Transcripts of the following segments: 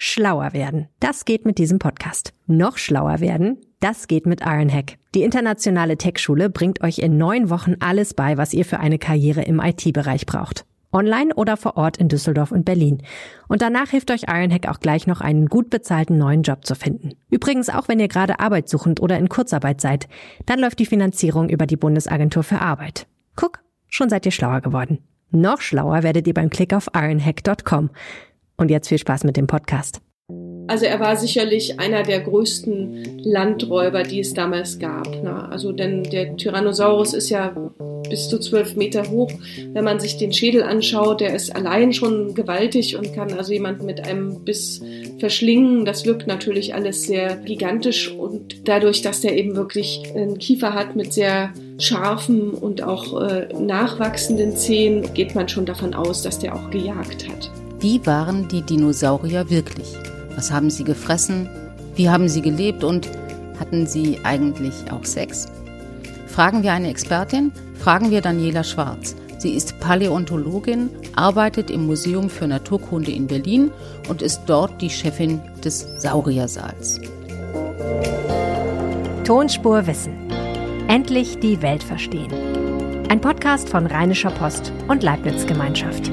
Schlauer werden. Das geht mit diesem Podcast. Noch schlauer werden? Das geht mit Ironhack. Die internationale Tech-Schule bringt euch in 9 Wochen alles bei, was ihr für eine Karriere im IT-Bereich braucht. Online oder vor Ort in Düsseldorf und Berlin. Und danach hilft euch Ironhack auch gleich noch einen gut bezahlten neuen Job zu finden. Übrigens auch, wenn ihr gerade arbeitssuchend oder in Kurzarbeit seid. Dann läuft die Finanzierung über die Bundesagentur für Arbeit. Guck, schon seid ihr schlauer geworden. Noch schlauer werdet ihr beim Klick auf ironhack.com. Und jetzt viel Spaß mit dem Podcast. Also er war sicherlich einer der größten Landräuber, die es damals gab. Also denn der Tyrannosaurus ist ja bis zu 12 Meter hoch. Wenn man sich den Schädel anschaut, der ist allein schon gewaltig und kann also jemanden mit einem Biss verschlingen. Das wirkt natürlich alles sehr gigantisch und dadurch, dass der eben wirklich einen Kiefer hat mit sehr scharfen und auch nachwachsenden Zähnen, geht man schon davon aus, dass der auch gejagt hat. Wie waren die Dinosaurier wirklich? Was haben sie gefressen? Wie haben sie gelebt? Und hatten sie eigentlich auch Sex? Fragen wir eine Expertin? Fragen wir Daniela Schwarz. Sie ist Paläontologin, arbeitet im Museum für Naturkunde in Berlin und ist dort die Chefin des Sauriersaals. Tonspur Wissen. Endlich die Welt verstehen. Ein Podcast von Rheinischer Post und Leibniz Gemeinschaft.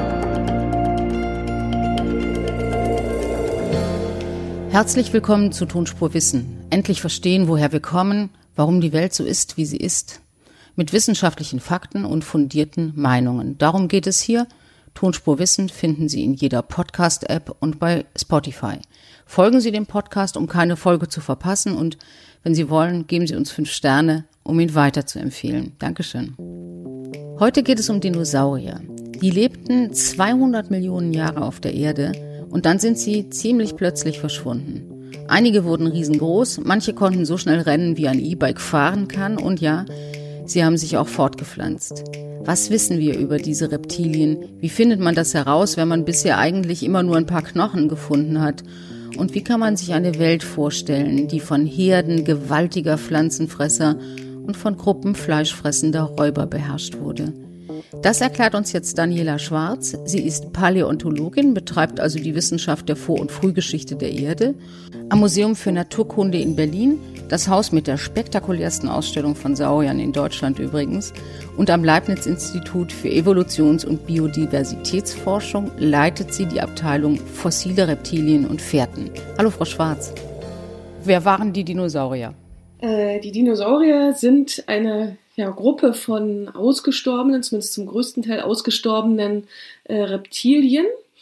Herzlich willkommen zu Tonspur Wissen. Endlich verstehen, woher wir kommen, warum die Welt so ist, wie sie ist. Mit wissenschaftlichen Fakten und fundierten Meinungen. Darum geht es hier. Tonspur Wissen finden Sie in jeder Podcast-App und bei Spotify. Folgen Sie dem Podcast, um keine Folge zu verpassen. Und wenn Sie wollen, geben Sie uns 5 Sterne, um ihn weiterzuempfehlen. Dankeschön. Heute geht es um Dinosaurier. Die lebten 200 Millionen Jahre auf der Erde. Und dann sind sie ziemlich plötzlich verschwunden. Einige wurden riesengroß, manche konnten so schnell rennen, wie ein E-Bike fahren kann. Und ja, sie haben sich auch fortgepflanzt. Was wissen wir über diese Reptilien? Wie findet man das heraus, wenn man bisher eigentlich immer nur ein paar Knochen gefunden hat? Und wie kann man sich eine Welt vorstellen, die von Herden gewaltiger Pflanzenfresser und von Gruppen fleischfressender Räuber beherrscht wurde? Das erklärt uns jetzt Daniela Schwarz. Sie ist Paläontologin, betreibt also die Wissenschaft der Vor- und Frühgeschichte der Erde am Museum für Naturkunde in Berlin, das Haus mit der spektakulärsten Ausstellung von Sauriern in Deutschland übrigens, und am Leibniz-Institut für Evolutions- und Biodiversitätsforschung leitet sie die Abteilung Fossile Reptilien und Fährten. Hallo Frau Schwarz. Wer waren die Dinosaurier? Die Dinosaurier sind eine Gruppe von ausgestorbenen, zumindest zum größten Teil ausgestorbenen Reptilien,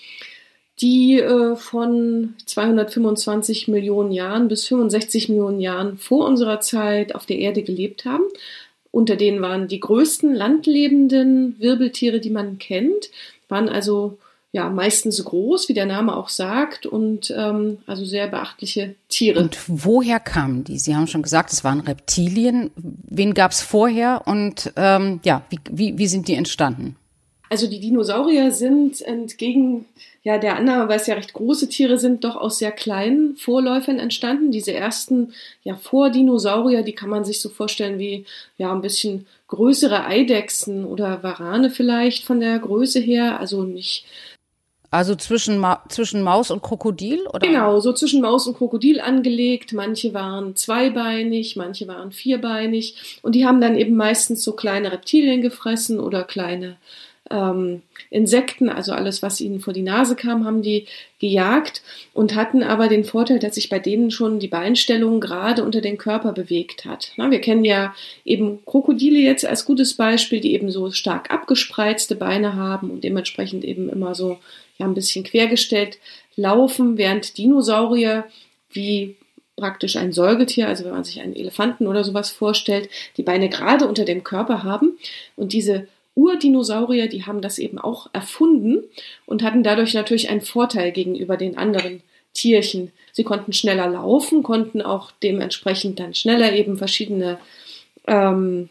die von 225 Millionen Jahren bis 65 Millionen Jahren vor unserer Zeit auf der Erde gelebt haben. Unter denen waren die größten landlebenden Wirbeltiere, die man kennt, waren also meistens groß, wie der Name auch sagt, und also sehr beachtliche Tiere. Und woher kamen die? Sie haben schon gesagt, es waren Reptilien. Wen gab es vorher und wie sind die entstanden? Also die Dinosaurier sind entgegen der Annahme, weil es ja recht große Tiere sind, doch aus sehr kleinen Vorläufern entstanden. Diese ersten Vordinosaurier, die kann man sich so vorstellen wie ein bisschen größere Eidechsen oder Warane vielleicht von der Größe her, also nicht. Also zwischen Maus und Krokodil, oder? Genau, so zwischen Maus und Krokodil angelegt. Manche waren zweibeinig, manche waren vierbeinig. Und die haben dann eben meistens so kleine Reptilien gefressen oder kleine Insekten, also alles, was ihnen vor die Nase kam, haben die gejagt und hatten aber den Vorteil, dass sich bei denen schon die Beinstellung gerade unter den Körper bewegt hat. Wir kennen ja eben Krokodile jetzt als gutes Beispiel, die eben so stark abgespreizte Beine haben und dementsprechend eben immer so ein bisschen quergestellt laufen, während Dinosaurier wie praktisch ein Säugetier, also wenn man sich einen Elefanten oder sowas vorstellt, die Beine gerade unter dem Körper haben. Und diese Urdinosaurier, die haben das eben auch erfunden und hatten dadurch natürlich einen Vorteil gegenüber den anderen Tierchen. Sie konnten schneller laufen, konnten auch dementsprechend dann schneller eben verschiedene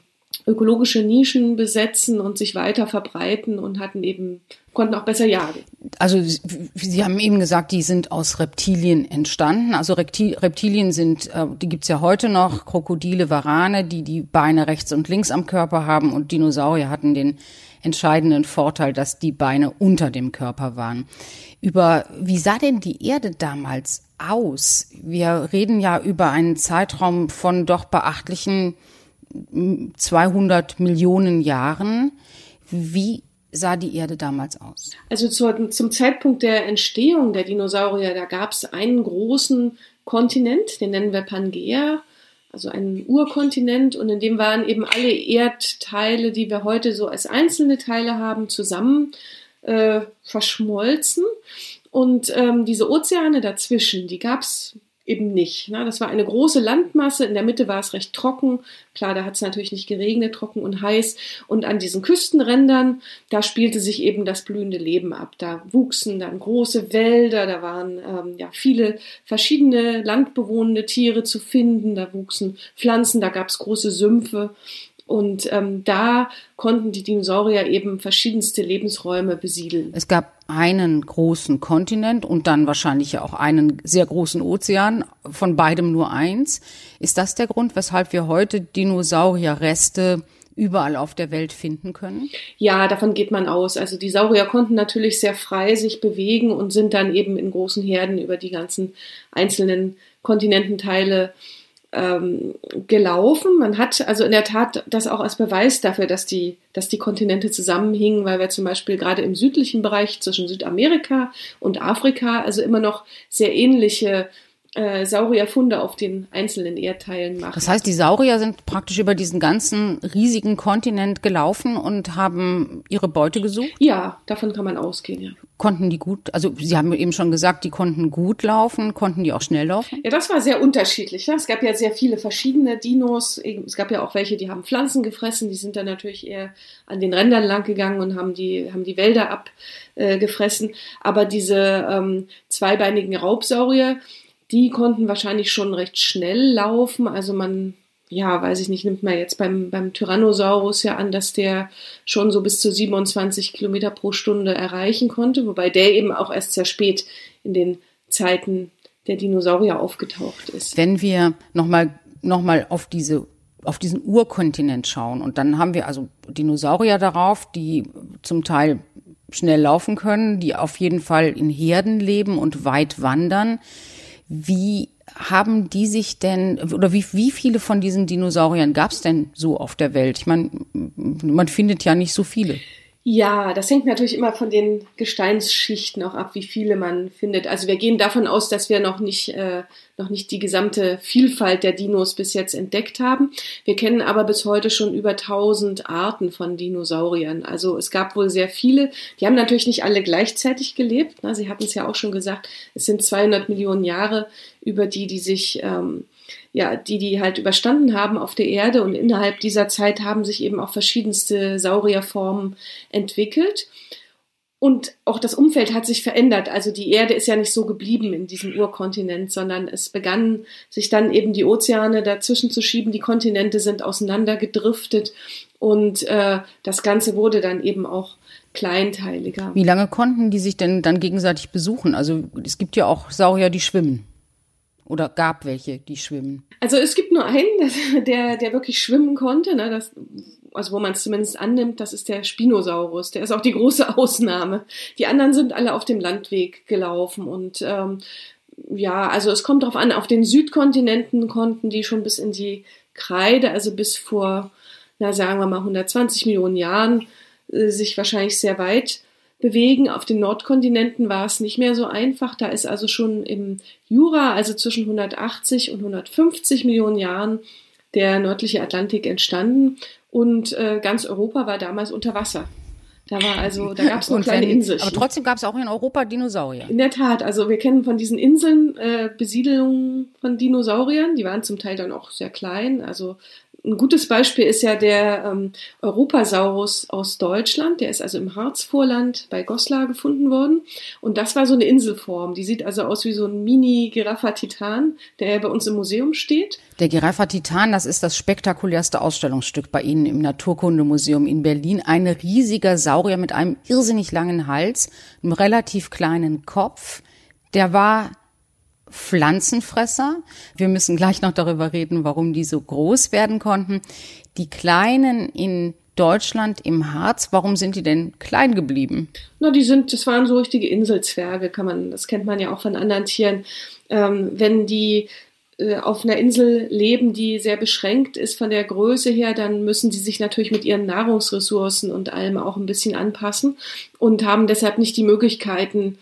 ökologische Nischen besetzen und sich weiter verbreiten und konnten auch besser jagen. Also Sie haben eben gesagt, die sind aus Reptilien entstanden. Also Reptilien sind, die gibt's ja heute noch, Krokodile, Warane, die Beine rechts und links am Körper haben, und Dinosaurier hatten den entscheidenden Vorteil, dass die Beine unter dem Körper waren. Wie sah denn die Erde damals aus? Wir reden ja über einen Zeitraum von doch beachtlichen 200 Millionen Jahren. Wie sah die Erde damals aus? Also zum Zeitpunkt der Entstehung der Dinosaurier, da gab es einen großen Kontinent, den nennen wir Pangaea, also einen Urkontinent, und in dem waren eben alle Erdteile, die wir heute so als einzelne Teile haben, zusammen verschmolzen. Und diese Ozeane dazwischen, die gab es eben nicht. Ne? Das war eine große Landmasse, in der Mitte war es recht trocken. Klar, da hat es natürlich nicht geregnet, trocken und heiß. Und an diesen Küstenrändern, da spielte sich eben das blühende Leben ab. Da wuchsen dann große Wälder, da waren viele verschiedene landbewohnende Tiere zu finden, da wuchsen Pflanzen, da gab es große Sümpfe. Und da konnten die Dinosaurier eben verschiedenste Lebensräume besiedeln. Es gab einen großen Kontinent und dann wahrscheinlich ja auch einen sehr großen Ozean, von beidem nur eins. Ist das der Grund, weshalb wir heute Dinosaurierreste überall auf der Welt finden können? Ja, davon geht man aus. Also die Saurier konnten natürlich sehr frei sich bewegen und sind dann eben in großen Herden über die ganzen einzelnen Kontinententeile gelaufen. Man hat also in der Tat das auch als Beweis dafür, dass die Kontinente zusammenhingen, weil wir zum Beispiel gerade im südlichen Bereich zwischen Südamerika und Afrika also immer noch sehr ähnliche Saurierfunde auf den einzelnen Erdteilen machen. Das heißt, die Saurier sind praktisch über diesen ganzen riesigen Kontinent gelaufen und haben ihre Beute gesucht? Ja, davon kann man ausgehen, ja. Konnten die gut, also Sie haben eben schon gesagt, die konnten gut laufen, konnten die auch schnell laufen? Ja, das war sehr unterschiedlich. Ne? Es gab ja sehr viele verschiedene Dinos. Es gab ja auch welche, die haben Pflanzen gefressen, die sind dann natürlich eher an den Rändern lang gegangen und haben die Wälder abgefressen. Aber diese zweibeinigen Raubsaurier, die konnten wahrscheinlich schon recht schnell laufen. Also nimmt man jetzt beim Tyrannosaurus ja an, dass der schon so bis zu 27 Kilometer pro Stunde erreichen konnte, wobei der eben auch erst sehr spät in den Zeiten der Dinosaurier aufgetaucht ist. Wenn wir noch mal auf diesen Urkontinent schauen, und dann haben wir also Dinosaurier darauf, die zum Teil schnell laufen können, die auf jeden Fall in Herden leben und weit wandern. Wie haben die sich denn, oder wie viele von diesen Dinosauriern gab es denn so auf der Welt? Ich meine, man findet ja nicht so viele. Ja, das hängt natürlich immer von den Gesteinsschichten auch ab, wie viele man findet. Also wir gehen davon aus, dass wir noch nicht die gesamte Vielfalt der Dinos bis jetzt entdeckt haben. Wir kennen aber bis heute schon über 1000 Arten von Dinosauriern. Also es gab wohl sehr viele. Die haben natürlich nicht alle gleichzeitig gelebt. Sie hatten es ja auch schon gesagt, es sind 200 Millionen Jahre, über die sich die halt überstanden haben auf der Erde, und innerhalb dieser Zeit haben sich eben auch verschiedenste Saurierformen entwickelt. Und auch das Umfeld hat sich verändert. Also die Erde ist ja nicht so geblieben in diesem Urkontinent, sondern es begannen sich dann eben die Ozeane dazwischen zu schieben. Die Kontinente sind auseinandergedriftet und das Ganze wurde dann eben auch kleinteiliger. Wie lange konnten die sich denn dann gegenseitig besuchen? Also es gibt ja auch Saurier, die schwimmen. Oder gab welche, die schwimmen? Also es gibt nur einen, der wirklich schwimmen konnte, ne? Also wo man es zumindest annimmt, das ist der Spinosaurus. Der ist auch die große Ausnahme. Die anderen sind alle auf dem Landweg gelaufen. Und also es kommt darauf an, auf den Südkontinenten konnten die schon bis in die Kreide, also bis vor, sagen wir mal 120 Millionen Jahren, sich wahrscheinlich sehr weit bewegen. Auf den Nordkontinenten war es nicht mehr so einfach. Da ist also schon im Jura, also zwischen 180 und 150 Millionen Jahren, der nördliche Atlantik entstanden. Und ganz Europa war damals unter Wasser. Da gab es noch kleine Inseln. Aber trotzdem gab es auch in Europa Dinosaurier. In der Tat, also wir kennen von diesen Inseln Besiedelungen von Dinosauriern. Die waren zum Teil dann auch sehr klein, also ein gutes Beispiel ist ja der Europasaurus aus Deutschland. Der ist also im Harzvorland bei Goslar gefunden worden. Und das war so eine Inselform. Die sieht also aus wie so ein Mini-Giraffa-Titan, der ja bei uns im Museum steht. Der Giraffa-Titan, das ist das spektakulärste Ausstellungsstück bei Ihnen im Naturkundemuseum in Berlin. Ein riesiger Saurier mit einem irrsinnig langen Hals, einem relativ kleinen Kopf. Der war Pflanzenfresser. Wir müssen gleich noch darüber reden, warum die so groß werden konnten. Die Kleinen in Deutschland im Harz, warum sind die denn klein geblieben? Na, das waren so richtige Inselzwerge, das kennt man ja auch von anderen Tieren. Wenn die auf einer Insel leben, die sehr beschränkt ist von der Größe her, dann müssen die sich natürlich mit ihren Nahrungsressourcen und allem auch ein bisschen anpassen und haben deshalb nicht die Möglichkeiten,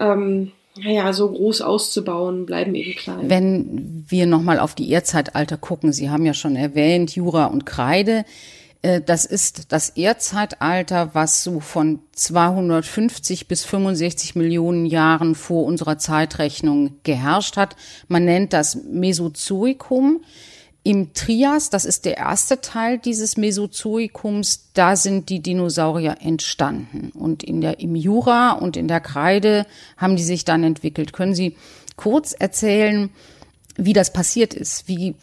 so groß auszubauen, bleiben eben klein. Wenn wir nochmal auf die Erdzeitalter gucken, Sie haben ja schon erwähnt, Jura und Kreide, das ist das Erdzeitalter, was so von 250 bis 65 Millionen Jahren vor unserer Zeitrechnung geherrscht hat. Man nennt das Mesozoikum. Im Trias, das ist der erste Teil dieses Mesozoikums, da sind die Dinosaurier entstanden. Und im Jura und in der Kreide haben die sich dann entwickelt. Können Sie kurz erzählen, wie das passiert ist? Wie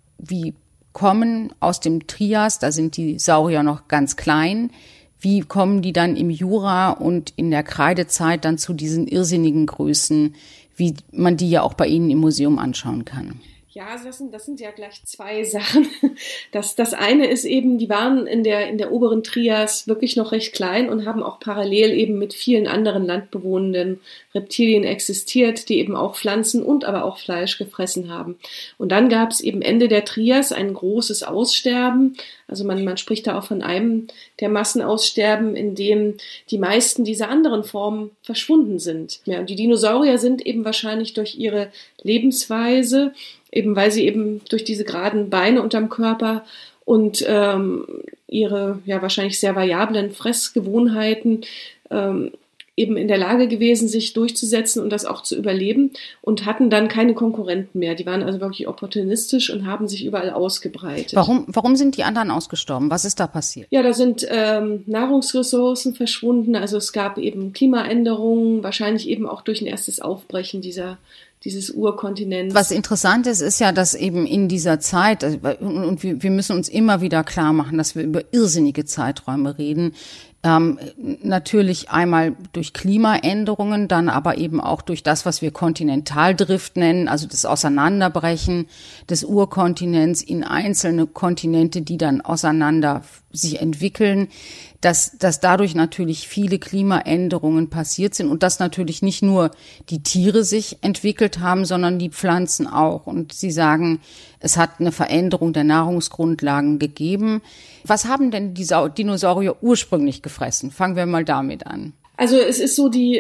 kommen aus dem Trias, da sind die Saurier noch ganz klein, wie kommen die dann im Jura und in der Kreidezeit dann zu diesen irrsinnigen Größen, wie man die ja auch bei Ihnen im Museum anschauen kann? Ja, das sind ja gleich zwei Sachen. Das eine ist eben, die waren in der oberen Trias wirklich noch recht klein und haben auch parallel eben mit vielen anderen landbewohnenden Reptilien existiert, die eben auch Pflanzen und aber auch Fleisch gefressen haben. Und dann gab es eben Ende der Trias ein großes Aussterben. Also man spricht da auch von einem der Massenaussterben, in dem die meisten dieser anderen Formen verschwunden sind. Ja, und die Dinosaurier sind eben wahrscheinlich durch ihre Lebensweise, eben weil sie eben durch diese geraden Beine unterm Körper und ihre wahrscheinlich sehr variablen Fressgewohnheiten eben in der Lage gewesen, sich durchzusetzen und das auch zu überleben und hatten dann keine Konkurrenten mehr. Die waren also wirklich opportunistisch und haben sich überall ausgebreitet. Warum sind die anderen ausgestorben? Was ist da passiert? Ja, da sind Nahrungsressourcen verschwunden. Also es gab eben Klimaänderungen, wahrscheinlich eben auch durch ein erstes Aufbrechen dieses Urkontinents. Was interessant ist, ist ja, dass eben in dieser Zeit, und wir müssen uns immer wieder klar machen, dass wir über irrsinnige Zeiträume reden, natürlich einmal durch Klimaänderungen, dann aber eben auch durch das, was wir Kontinentaldrift nennen, also das Auseinanderbrechen des Urkontinents in einzelne Kontinente, die dann auseinander sich entwickeln, dass dadurch natürlich viele Klimaänderungen passiert sind und dass natürlich nicht nur die Tiere sich entwickelt haben, sondern die Pflanzen auch. Und Sie sagen, es hat eine Veränderung der Nahrungsgrundlagen gegeben. Was haben denn die Dinosaurier ursprünglich gefressen? Fangen wir mal damit an. Also es ist so, die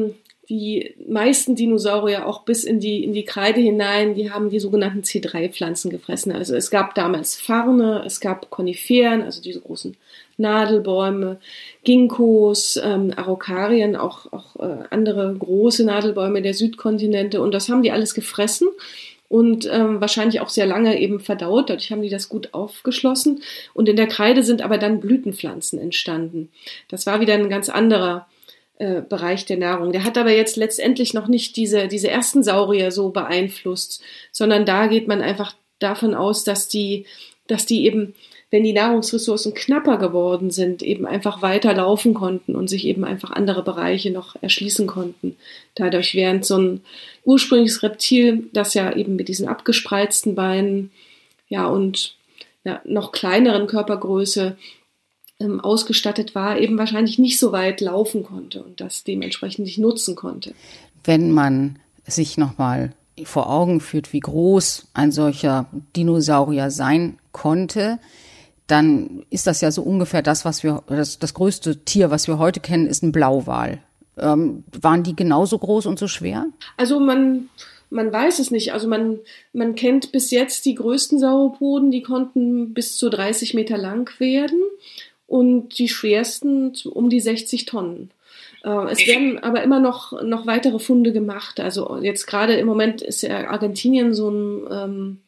meisten Dinosaurier, auch bis in die Kreide hinein, die haben die sogenannten C3-Pflanzen gefressen. Also es gab damals Farne, es gab Koniferen, also diese großen Nadelbäume, Ginkgos, Araukarien, auch andere große Nadelbäume der Südkontinente. Und das haben die alles gefressen und wahrscheinlich auch sehr lange eben verdaut. Dadurch haben die das gut aufgeschlossen. Und in der Kreide sind aber dann Blütenpflanzen entstanden. Das war wieder ein ganz anderer Bereich der Nahrung. Der hat aber jetzt letztendlich noch nicht diese ersten Saurier so beeinflusst, sondern da geht man einfach davon aus, dass die eben, wenn die Nahrungsressourcen knapper geworden sind, eben einfach weiter laufen konnten und sich eben einfach andere Bereiche noch erschließen konnten. Dadurch, während so ein ursprüngliches Reptil, das ja eben mit diesen abgespreizten Beinen, und noch kleineren Körpergröße ausgestattet war, eben wahrscheinlich nicht so weit laufen konnte und das dementsprechend nicht nutzen konnte. Wenn man sich nochmal vor Augen führt, wie groß ein solcher Dinosaurier sein konnte, dann ist das ja so ungefähr das größte Tier, was wir heute kennen, ist ein Blauwal. Waren die genauso groß und so schwer? Also man weiß es nicht. Also man kennt bis jetzt die größten Sauropoden, die konnten bis zu 30 Meter lang werden und die schwersten um die 60 Tonnen. Es werden aber immer noch weitere Funde gemacht. Also jetzt gerade im Moment ist ja Argentinien so ein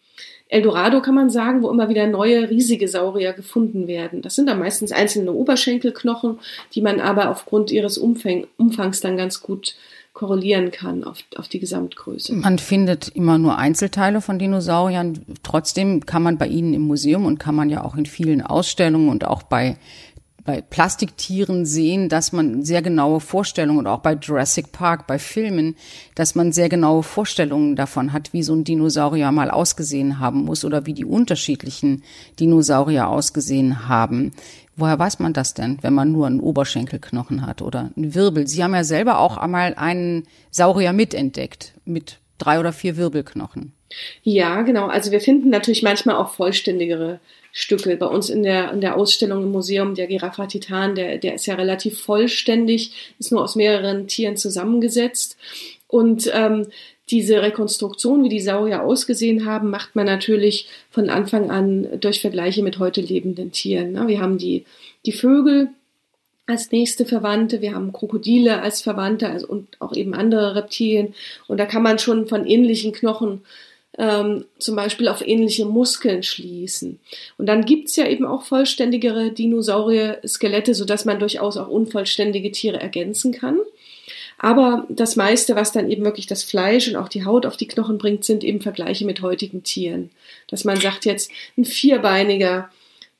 Eldorado kann man sagen, wo immer wieder neue riesige Saurier gefunden werden. Das sind dann meistens einzelne Oberschenkelknochen, die man aber aufgrund ihres Umfangs dann ganz gut korrelieren kann auf die Gesamtgröße. Man findet immer nur Einzelteile von Dinosauriern. Trotzdem kann man bei ihnen im Museum und kann man ja auch in vielen Ausstellungen und auch bei Plastiktieren sehen, dass man sehr genaue Vorstellungen, und auch bei Jurassic Park, bei Filmen, dass man sehr genaue Vorstellungen davon hat, wie so ein Dinosaurier mal ausgesehen haben muss oder wie die unterschiedlichen Dinosaurier ausgesehen haben. Woher weiß man das denn, wenn man nur einen Oberschenkelknochen hat oder einen Wirbel? Sie haben ja selber auch einmal einen Saurier mitentdeckt, mit 3 oder 4 Wirbelknochen. Ja, genau. Also wir finden natürlich manchmal auch vollständigere Stücke. Bei uns in der Ausstellung im Museum, der Giraffa Titan, der ist ja relativ vollständig, ist nur aus mehreren Tieren zusammengesetzt. Und diese Rekonstruktion, wie die Saurier ausgesehen haben, macht man natürlich von Anfang an durch Vergleiche mit heute lebenden Tieren. Wir haben die Vögel als nächste Verwandte, wir haben Krokodile als Verwandte und auch eben andere Reptilien. Und da kann man schon von ähnlichen Knochen zum Beispiel auf ähnliche Muskeln schließen. Und dann gibt's ja eben auch vollständigere Dinosaurier-Skelette, sodass man durchaus auch unvollständige Tiere ergänzen kann. Aber das meiste, was dann eben wirklich das Fleisch und auch die Haut auf die Knochen bringt, sind eben Vergleiche mit heutigen Tieren. Dass man sagt jetzt, ein vierbeiniges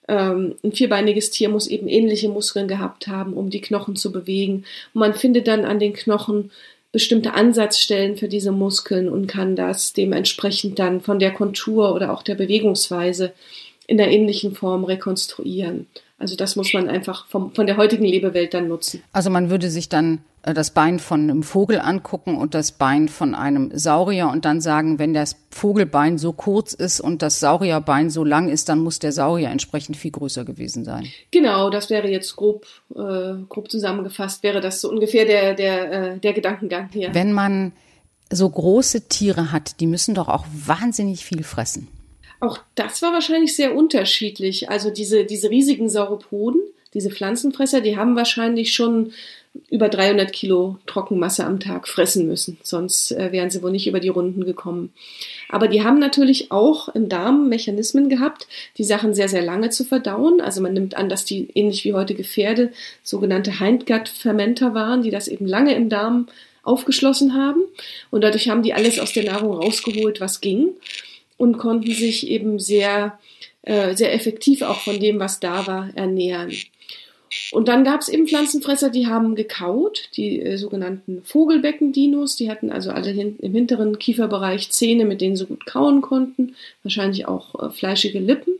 Tier muss eben ähnliche Muskeln gehabt haben, um die Knochen zu bewegen. Und man findet dann an den Knochen bestimmte Ansatzstellen für diese Muskeln und kann das dementsprechend dann von der Kontur oder auch der Bewegungsweise in der ähnlichen Form rekonstruieren. Also das muss man einfach von der heutigen Lebewelt dann nutzen. Also man würde sich dann das Bein von einem Vogel angucken und das Bein von einem Saurier und dann sagen, wenn das Vogelbein so kurz ist und das Saurierbein so lang ist, dann muss der Saurier entsprechend viel größer gewesen sein. Genau, das wäre jetzt grob zusammengefasst, wäre das so ungefähr der Gedankengang hier. Wenn man so große Tiere hat, die müssen doch auch wahnsinnig viel fressen. Auch das war wahrscheinlich sehr unterschiedlich. Also diese riesigen Sauropoden, diese Pflanzenfresser, die haben wahrscheinlich schon über 300 Kilo Trockenmasse am Tag fressen müssen. Sonst wären sie wohl nicht über die Runden gekommen. Aber die haben natürlich auch im Darm Mechanismen gehabt, die Sachen sehr, sehr lange zu verdauen. Also man nimmt an, dass die ähnlich wie heutige Pferde sogenannte Hindgut-Fermenter waren, die das eben lange im Darm aufgeschlossen haben. Und dadurch haben die alles aus der Nahrung rausgeholt, was ging. Und konnten sich eben sehr, sehr effektiv auch von dem, was da war, ernähren. Und dann gab es eben Pflanzenfresser, die haben gekaut, die sogenannten Vogelbecken-Dinos, die hatten also alle im hinteren Kieferbereich Zähne, mit denen sie gut kauen konnten, wahrscheinlich auch fleischige Lippen.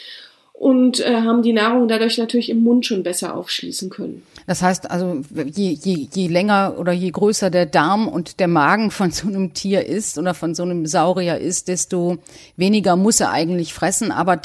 Und haben die Nahrung dadurch natürlich im Mund schon besser aufschließen können. Das heißt also, je länger oder je größer der Darm und der Magen von so einem Tier ist oder von so einem Saurier ist, desto weniger muss er eigentlich fressen, aber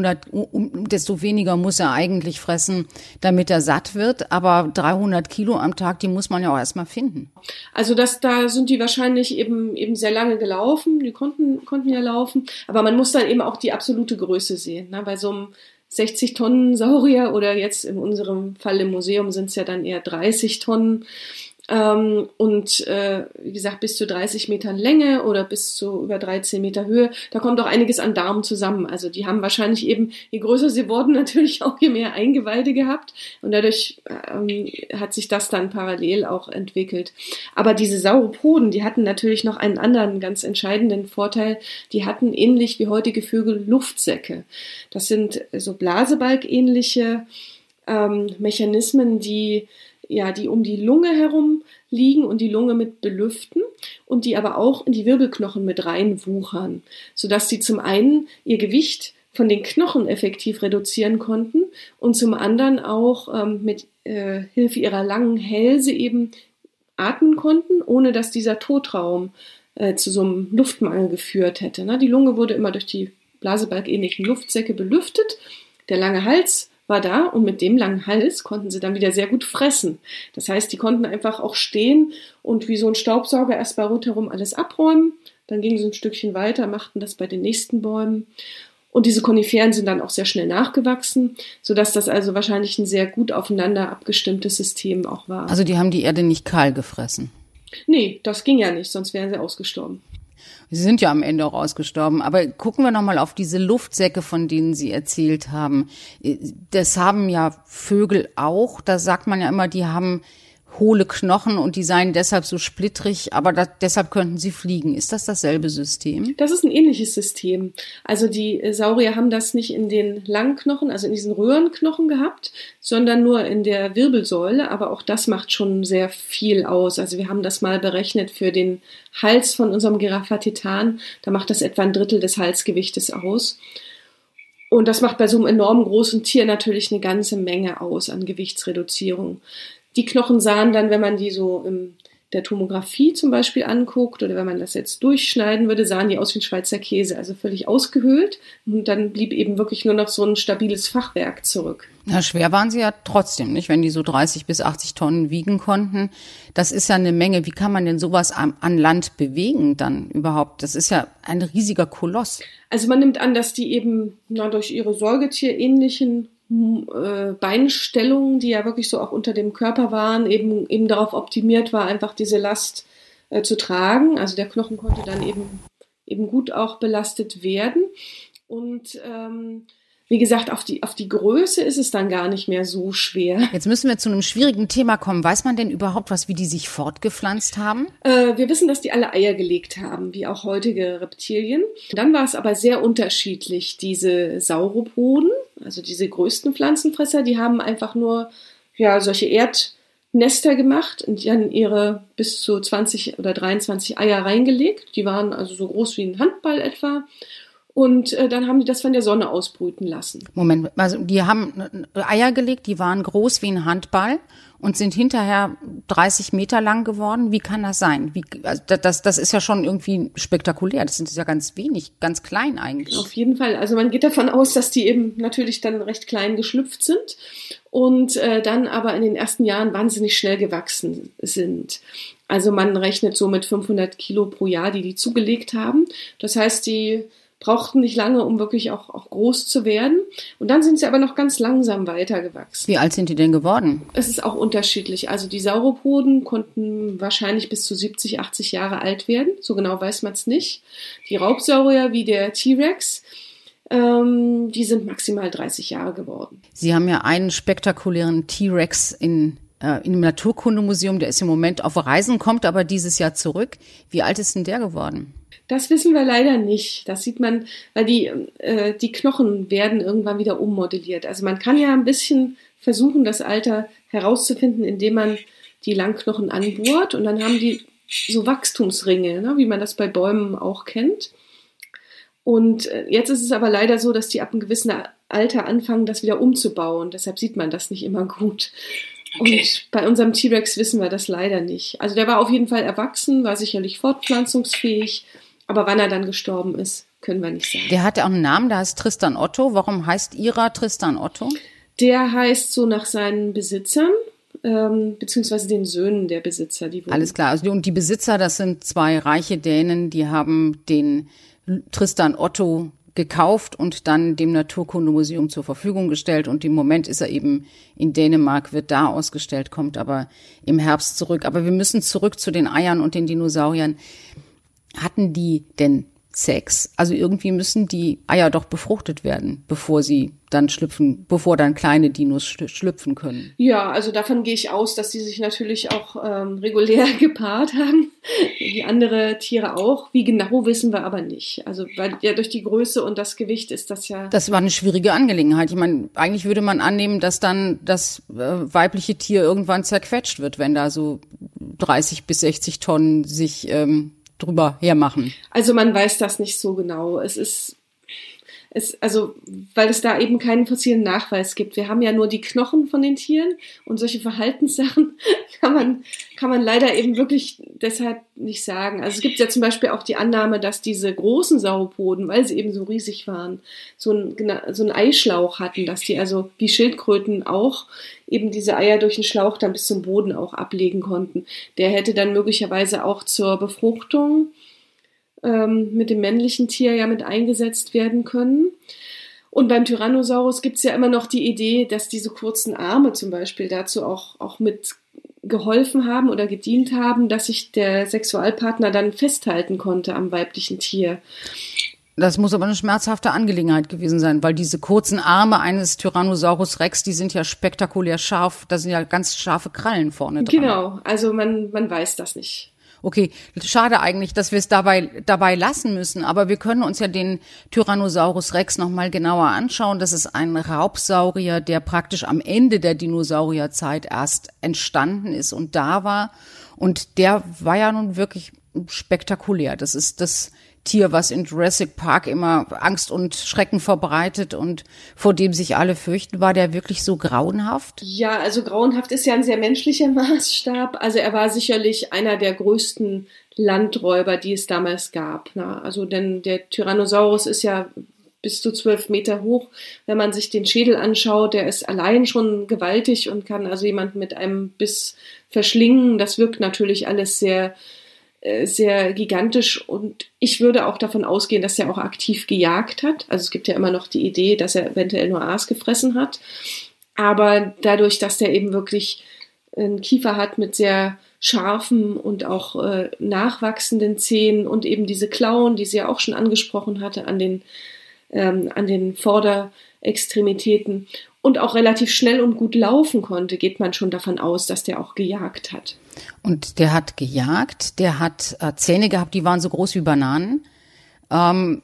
desto weniger muss er eigentlich fressen, damit er satt wird. Aber 300 Kilo am Tag, die muss man ja auch erstmal finden. Also da sind die wahrscheinlich eben sehr lange gelaufen, die konnten ja laufen, aber man muss dann eben auch die absolute Größe sehen. Ne? Bei so einem 60 Tonnen Saurier oder jetzt in unserem Fall im Museum sind es ja dann eher 30 Tonnen. Wie gesagt, bis zu 30 Metern Länge oder bis zu über 13 Meter Höhe, da kommt auch einiges an Darm zusammen. Also die haben wahrscheinlich eben, je größer sie wurden, natürlich auch je mehr Eingeweide gehabt und dadurch hat sich das dann parallel auch entwickelt. Aber diese Sauropoden, die hatten natürlich noch einen anderen ganz entscheidenden Vorteil. Die hatten ähnlich wie heutige Vögel Luftsäcke. Das sind so Blasebalg-ähnliche Mechanismen, die um die Lunge herum liegen und die Lunge mit belüften und die aber auch in die Wirbelknochen mit reinwuchern, sodass sie zum einen ihr Gewicht von den Knochen effektiv reduzieren konnten und zum anderen auch mit Hilfe ihrer langen Hälse eben atmen konnten, ohne dass dieser Totraum zu so einem Luftmangel geführt hätte. Die Lunge wurde immer durch die Blasebalg-ähnlichen Luftsäcke belüftet, der lange Hals war da und mit dem langen Hals konnten sie dann wieder sehr gut fressen. Das heißt, die konnten einfach auch stehen und wie so ein Staubsauger erst bei rundherum alles abräumen. Dann gingen sie ein Stückchen weiter, machten das bei den nächsten Bäumen. Und diese Koniferen sind dann auch sehr schnell nachgewachsen, sodass das also wahrscheinlich ein sehr gut aufeinander abgestimmtes System auch war. Also die haben die Erde nicht kahl gefressen? Nee, das ging ja nicht, sonst wären sie ausgestorben. Sie sind ja am Ende auch ausgestorben. Aber gucken wir nochmal auf diese Luftsäcke, von denen Sie erzählt haben. Das haben ja Vögel auch. Da sagt man ja immer, die haben hohle Knochen und die seien deshalb so splittrig, aber deshalb könnten sie fliegen. Ist das dasselbe System? Das ist ein ähnliches System. Also die Saurier haben das nicht in den langen Knochen, also in diesen Röhrenknochen gehabt, sondern nur in der Wirbelsäule. Aber auch das macht schon sehr viel aus. Also wir haben das mal berechnet für den Hals von unserem Giraffa Titan. Da macht das etwa 1/3 des Halsgewichtes aus. Und das macht bei so einem enorm großen Tier natürlich eine ganze Menge aus an Gewichtsreduzierung. Die Knochen sahen dann, wenn man die so in der Tomographie zum Beispiel anguckt oder wenn man das jetzt durchschneiden würde, sahen die aus wie ein Schweizer Käse, also völlig ausgehöhlt. Und dann blieb eben wirklich nur noch so ein stabiles Fachwerk zurück. Na, schwer waren sie ja trotzdem, nicht? Wenn die so 30 bis 80 Tonnen wiegen konnten. Das ist ja eine Menge. Wie kann man denn sowas an Land bewegen dann überhaupt? Das ist ja ein riesiger Koloss. Also man nimmt an, dass die eben durch ihre säugetierähnlichen Beinstellungen, die ja wirklich so auch unter dem Körper waren, eben darauf optimiert war, einfach diese Last zu tragen. Also der Knochen konnte dann eben gut auch belastet werden. Und wie gesagt, auf die Größe ist es dann gar nicht mehr so schwer. Jetzt müssen wir zu einem schwierigen Thema kommen. Weiß man denn überhaupt wie die sich fortgepflanzt haben? Wir wissen, dass die alle Eier gelegt haben, wie auch heutige Reptilien. Dann war es aber sehr unterschiedlich. Diese Sauropoden, also diese größten Pflanzenfresser, die haben einfach nur solche Erdnester gemacht und die haben ihre bis zu 20 oder 23 Eier reingelegt. Die waren also so groß wie ein Handball etwa. Und dann haben die das von der Sonne ausbrüten lassen. Moment, also die haben Eier gelegt, die waren groß wie ein Handball und sind hinterher 30 Meter lang geworden. Wie kann das sein? Das ist ja schon irgendwie spektakulär. Das sind ja ganz wenig, ganz klein eigentlich. Auf jeden Fall. Also man geht davon aus, dass die eben natürlich dann recht klein geschlüpft sind und dann aber in den ersten Jahren wahnsinnig schnell gewachsen sind. Also man rechnet so mit 500 Kilo pro Jahr, die zugelegt haben. Das heißt, die brauchten nicht lange, um wirklich auch groß zu werden. Und dann sind sie aber noch ganz langsam weitergewachsen. Wie alt sind die denn geworden? Es ist auch unterschiedlich. Also die Sauropoden konnten wahrscheinlich bis zu 70, 80 Jahre alt werden. So genau weiß man es nicht. Die Raubsaurier wie der T-Rex, die sind maximal 30 Jahre geworden. Sie haben ja einen spektakulären T-Rex in einem Naturkundemuseum, der ist im Moment auf Reisen, kommt aber dieses Jahr zurück. Wie alt ist denn der geworden? Das wissen wir leider nicht. Das sieht man, weil die Knochen werden irgendwann wieder ummodelliert. Also man kann ja ein bisschen versuchen, das Alter herauszufinden, indem man die Langknochen anbohrt und dann haben die so Wachstumsringe, ne, wie man das bei Bäumen auch kennt. Und jetzt ist es aber leider so, dass die ab einem gewissen Alter anfangen, das wieder umzubauen. Deshalb sieht man das nicht immer gut. Okay. Und bei unserem T-Rex wissen wir das leider nicht. Also der war auf jeden Fall erwachsen, war sicherlich fortpflanzungsfähig, aber wann er dann gestorben ist, können wir nicht sagen. Der hat ja auch einen Namen, der heißt Tristan Otto. Warum heißt Ihrer Tristan Otto? Der heißt so nach seinen Besitzern, beziehungsweise den Söhnen der Besitzer. Alles klar. Also, und die Besitzer, das sind 2 reiche Dänen, die haben den Tristan Otto gekauft und dann dem Naturkundemuseum zur Verfügung gestellt. Und im Moment ist er eben in Dänemark, wird da ausgestellt, kommt aber im Herbst zurück. Aber wir müssen zurück zu den Eiern und den Dinosauriern. Hatten die denn Sex? Also irgendwie müssen die Eier doch befruchtet werden, bevor dann kleine Dinos schlüpfen können. Ja, also davon gehe ich aus, dass die sich natürlich auch regulär gepaart haben, wie andere Tiere auch. Wie genau, wissen wir aber nicht. Also weil ja durch die Größe und das Gewicht ist das ja... Das war eine schwierige Angelegenheit. Ich meine, eigentlich würde man annehmen, dass dann das weibliche Tier irgendwann zerquetscht wird, wenn da so 30 bis 60 Tonnen sich drüber hermachen. Also man weiß das nicht so genau. Weil es da eben keinen fossilen Nachweis gibt. Wir haben ja nur die Knochen von den Tieren und solche Verhaltenssachen kann man leider eben wirklich deshalb nicht sagen. Also es gibt ja zum Beispiel auch die Annahme, dass diese großen Sauropoden, weil sie eben so riesig waren, so einen Eischlauch hatten, dass die also wie Schildkröten auch eben diese Eier durch den Schlauch dann bis zum Boden auch ablegen konnten. Der hätte dann möglicherweise auch zur Befruchtung mit dem männlichen Tier ja mit eingesetzt werden können. Und beim Tyrannosaurus gibt es ja immer noch die Idee, dass diese kurzen Arme zum Beispiel dazu auch mit geholfen haben oder gedient haben, dass sich der Sexualpartner dann festhalten konnte am weiblichen Tier. Das muss aber eine schmerzhafte Angelegenheit gewesen sein, weil diese kurzen Arme eines Tyrannosaurus Rex, die sind ja spektakulär scharf, da sind ja ganz scharfe Krallen vorne dran. Genau, also man weiß das nicht. Okay, schade eigentlich, dass wir es dabei lassen müssen, aber wir können uns ja den Tyrannosaurus Rex nochmal genauer anschauen. Das ist ein Raubsaurier, der praktisch am Ende der Dinosaurierzeit erst entstanden ist und da war. Und der war ja nun wirklich spektakulär. Das ist das Tier, was in Jurassic Park immer Angst und Schrecken verbreitet und vor dem sich alle fürchten. War der wirklich so grauenhaft? Ja, also grauenhaft ist ja ein sehr menschlicher Maßstab. Also er war sicherlich einer der größten Landräuber, die es damals gab. Also denn der Tyrannosaurus ist ja bis zu 12 Meter hoch. Wenn man sich den Schädel anschaut, der ist allein schon gewaltig und kann also jemanden mit einem Biss verschlingen. Das wirkt natürlich alles sehr gigantisch und ich würde auch davon ausgehen, dass er auch aktiv gejagt hat. Also es gibt ja immer noch die Idee, dass er eventuell nur Aas gefressen hat. Aber dadurch, dass der eben wirklich einen Kiefer hat mit sehr scharfen und auch nachwachsenden Zähnen und eben diese Klauen, die sie ja auch schon angesprochen hatte, an den Vorderextremitäten und auch relativ schnell und gut laufen konnte, geht man schon davon aus, dass der auch gejagt hat. Und der hat gejagt, der hat Zähne gehabt, die waren so groß wie Bananen. Warum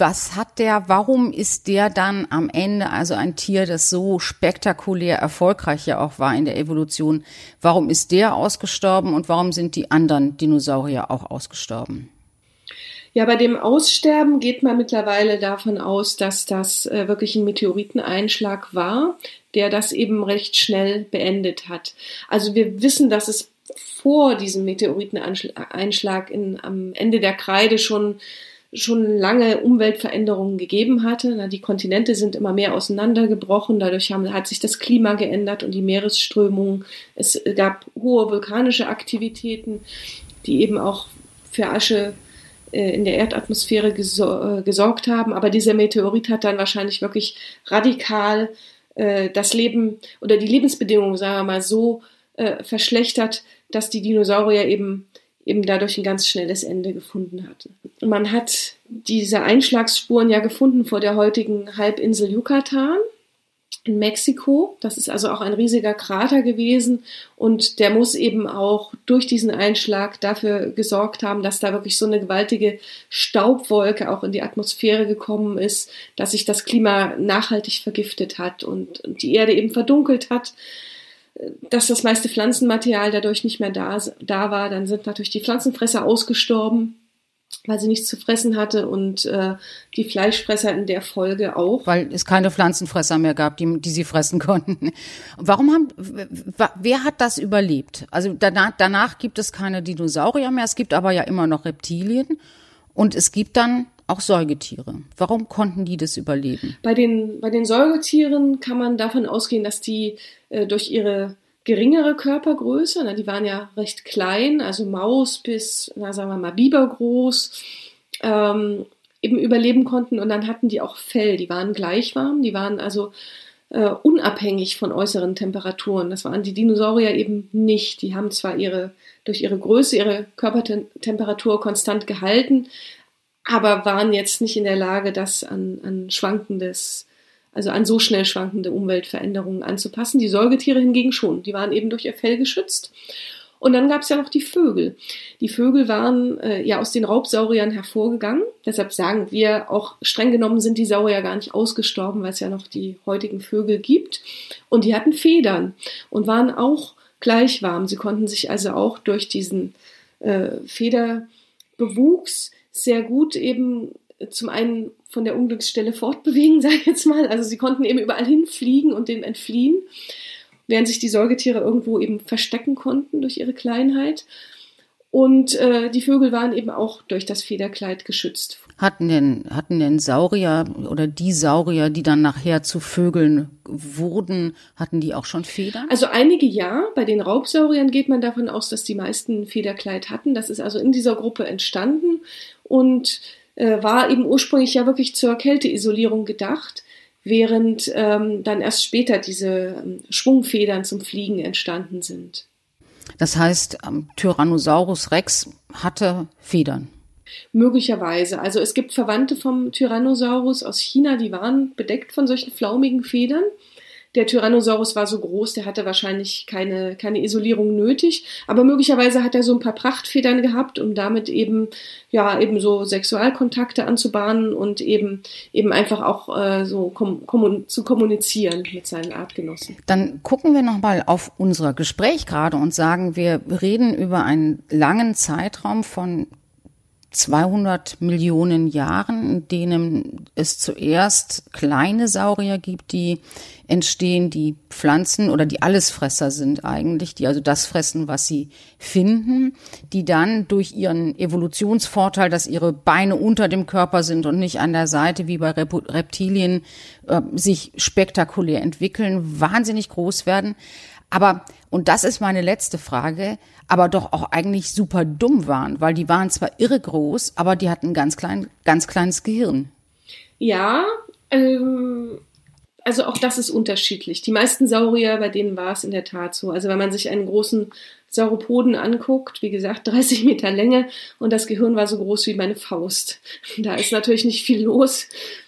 ist der dann am Ende, also ein Tier, das so spektakulär erfolgreich ja auch war in der Evolution, warum ist der ausgestorben und warum sind die anderen Dinosaurier auch ausgestorben? Ja, bei dem Aussterben geht man mittlerweile davon aus, dass das wirklich ein Meteoriteneinschlag war, der das eben recht schnell beendet hat. Also wir wissen, dass es vor diesem Meteoriteneinschlag am Ende der Kreide schon lange Umweltveränderungen gegeben hatte. Die Kontinente sind immer mehr auseinandergebrochen, dadurch hat sich das Klima geändert und die Meeresströmungen. Es gab hohe vulkanische Aktivitäten, die eben auch für Asche in der Erdatmosphäre gesorgt haben. Aber dieser Meteorit hat dann wahrscheinlich wirklich radikal das Leben oder die Lebensbedingungen, sagen wir mal, so verschlechtert, dass die Dinosaurier eben dadurch ein ganz schnelles Ende gefunden hatten. Man hat diese Einschlagsspuren ja gefunden vor der heutigen Halbinsel Yucatan in Mexiko. Das ist also auch ein riesiger Krater gewesen und der muss eben auch durch diesen Einschlag dafür gesorgt haben, dass da wirklich so eine gewaltige Staubwolke auch in die Atmosphäre gekommen ist, dass sich das Klima nachhaltig vergiftet hat und die Erde eben verdunkelt hat, dass das meiste Pflanzenmaterial dadurch nicht mehr da war. Dann sind natürlich die Pflanzenfresser ausgestorben, weil sie nichts zu fressen hatte und die Fleischfresser in der Folge auch. Weil es keine Pflanzenfresser mehr gab, die sie fressen konnten. Wer hat das überlebt? Also danach gibt es keine Dinosaurier mehr, es gibt aber ja immer noch Reptilien und es gibt dann auch Säugetiere. Warum konnten die das überleben? Bei den Säugetieren kann man davon ausgehen, dass die durch ihre geringere Körpergröße, die waren ja recht klein, also Maus bis, sagen wir mal, Biber groß, eben überleben konnten und dann hatten die auch Fell, die waren gleich warm, die waren also unabhängig von äußeren Temperaturen. Das waren die Dinosaurier eben nicht. Die haben zwar durch ihre Größe, ihre Körpertemperatur konstant gehalten, aber waren jetzt nicht in der Lage, das an so schnell schwankende Umweltveränderungen anzupassen. Die Säugetiere hingegen schon. Die waren eben durch ihr Fell geschützt. Und dann gab es ja noch die Vögel. Die Vögel waren ja aus den Raubsauriern hervorgegangen. Deshalb sagen wir auch, streng genommen sind die Saurier gar nicht ausgestorben, weil es ja noch die heutigen Vögel gibt. Und die hatten Federn und waren auch gleich warm. Sie konnten sich also auch durch diesen Federbewuchs sehr gut eben zum einen von der Unglücksstelle fortbewegen, sage ich jetzt mal. Also sie konnten eben überall hinfliegen und dem entfliehen, während sich die Säugetiere irgendwo eben verstecken konnten durch ihre Kleinheit. Und die Vögel waren eben auch durch das Federkleid geschützt. Hatten denn Saurier oder die Saurier, die dann nachher zu Vögeln wurden, hatten die auch schon Federn? Also einige ja. Bei den Raubsauriern geht man davon aus, dass die meisten Federkleid hatten. Das ist also in dieser Gruppe entstanden und war eben ursprünglich ja wirklich zur Kälteisolierung gedacht, während dann erst später diese Schwungfedern zum Fliegen entstanden sind. Das heißt, Tyrannosaurus Rex hatte Federn. Möglicherweise. Also es gibt Verwandte vom Tyrannosaurus aus China, die waren bedeckt von solchen flaumigen Federn. Der Tyrannosaurus war so groß, der hatte wahrscheinlich keine Isolierung nötig, aber möglicherweise hat er so ein paar Prachtfedern gehabt, um damit eben so Sexualkontakte anzubahnen und eben einfach auch zu kommunizieren mit seinen Artgenossen. Dann gucken wir nochmal auf unser Gespräch gerade und sagen, wir reden über einen langen Zeitraum von 200 Millionen Jahren, in denen es zuerst kleine Saurier gibt, die entstehen, die Pflanzen oder die Allesfresser sind eigentlich, die also das fressen, was sie finden, die dann durch ihren Evolutionsvorteil, dass ihre Beine unter dem Körper sind und nicht an der Seite wie bei Reptilien, sich spektakulär entwickeln, wahnsinnig groß werden. Aber, und das ist meine letzte Frage, aber doch auch eigentlich super dumm waren, weil die waren zwar irre groß, aber die hatten ganz kleines Gehirn. Ja, also auch das ist unterschiedlich. Die meisten Saurier, bei denen war es in der Tat so. Also wenn man sich einen großen Sauropoden anguckt, wie gesagt, 30 Meter Länge und das Gehirn war so groß wie meine Faust. Da ist natürlich nicht viel los.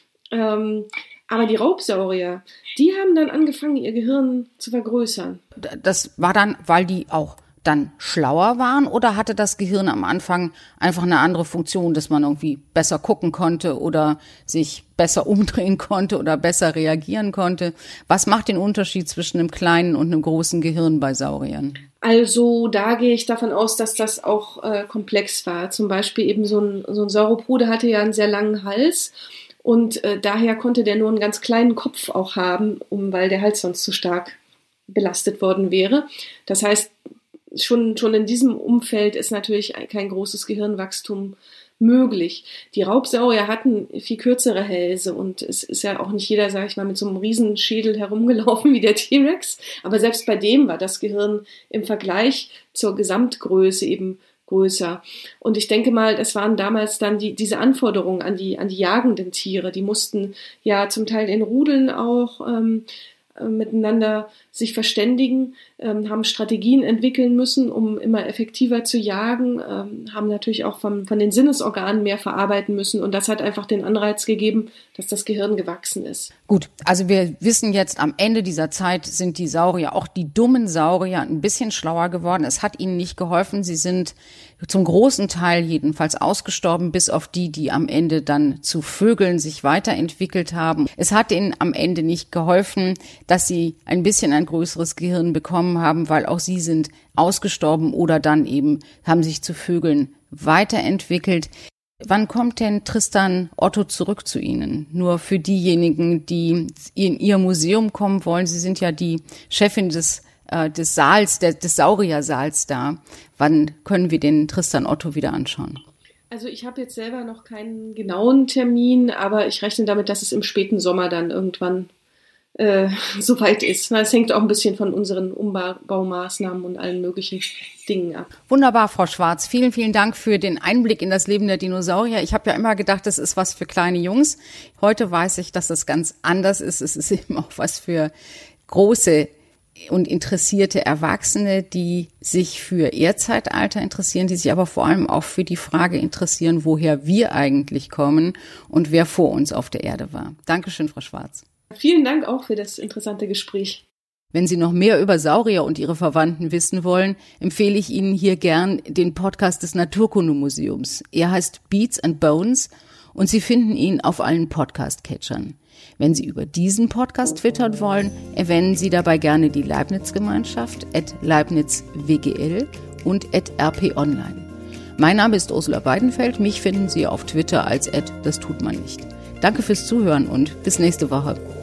Aber die Raubsaurier, die haben dann angefangen, ihr Gehirn zu vergrößern. Das war dann, weil die auch dann schlauer waren, oder hatte das Gehirn am Anfang einfach eine andere Funktion, dass man irgendwie besser gucken konnte oder sich besser umdrehen konnte oder besser reagieren konnte? Was macht den Unterschied zwischen einem kleinen und einem großen Gehirn bei Sauriern? Also da gehe ich davon aus, dass das auch komplex war. Zum Beispiel eben so ein Sauropode hatte ja einen sehr langen Hals. Und daher konnte der nur einen ganz kleinen Kopf auch haben, weil der Hals sonst zu stark belastet worden wäre. Das heißt, schon in diesem Umfeld ist natürlich kein großes Gehirnwachstum möglich. Die Raubsaurier hatten viel kürzere Hälse und es ist ja auch nicht jeder, sage ich mal, mit so einem Riesenschädel herumgelaufen wie der T-Rex. Aber selbst bei dem war das Gehirn im Vergleich zur Gesamtgröße eben größer. Und ich denke mal, das waren damals dann diese Anforderungen an die jagenden Tiere. Die mussten ja zum Teil in Rudeln auch miteinander sich verständigen, haben Strategien entwickeln müssen, um immer effektiver zu jagen, haben natürlich auch von den Sinnesorganen mehr verarbeiten müssen und das hat einfach den Anreiz gegeben, dass das Gehirn gewachsen ist. Gut, also wir wissen jetzt, am Ende dieser Zeit sind die Saurier, auch die dummen Saurier, ein bisschen schlauer geworden. Es hat ihnen nicht geholfen. Sie sind zum großen Teil jedenfalls ausgestorben, bis auf die am Ende dann zu Vögeln sich weiterentwickelt haben. Es hat ihnen am Ende nicht geholfen, dass sie ein bisschen ein größeres Gehirn bekommen haben, weil auch sie sind ausgestorben oder dann eben haben sich zu Vögeln weiterentwickckelt. Wann kommt denn Tristan Otto zurück zu Ihnen? Nur für diejenigen, die in Ihr Museum kommen wollen. Sie sind ja die Chefin des Saals, des Sauriersaals da. Wann können wir den Tristan Otto wieder anschauen? Also ich habe jetzt selber noch keinen genauen Termin, aber ich rechne damit, dass es im späten Sommer dann irgendwann soweit ist. Es hängt auch ein bisschen von unseren Umbaumaßnahmen und allen möglichen Dingen ab. Wunderbar, Frau Schwarz. Vielen, vielen Dank für den Einblick in das Leben der Dinosaurier. Ich habe ja immer gedacht, das ist was für kleine Jungs. Heute weiß ich, dass das ganz anders ist. Es ist eben auch was für große und interessierte Erwachsene, die sich für Erdzeitalter interessieren, die sich aber vor allem auch für die Frage interessieren, woher wir eigentlich kommen und wer vor uns auf der Erde war. Dankeschön, Frau Schwarz. Vielen Dank auch für das interessante Gespräch. Wenn Sie noch mehr über Saurier und ihre Verwandten wissen wollen, empfehle ich Ihnen hier gern den Podcast des Naturkundemuseums. Er heißt Beats and Bones und Sie finden ihn auf allen Podcast-Catchern. Wenn Sie über diesen Podcast twittern wollen, erwähnen Sie dabei gerne die Leibniz-Gemeinschaft @LeibnizWGL und @RPOnline. Mein Name ist Ursula Weidenfeld. Mich finden Sie auf Twitter als @das tut man nicht. Danke fürs Zuhören und bis nächste Woche.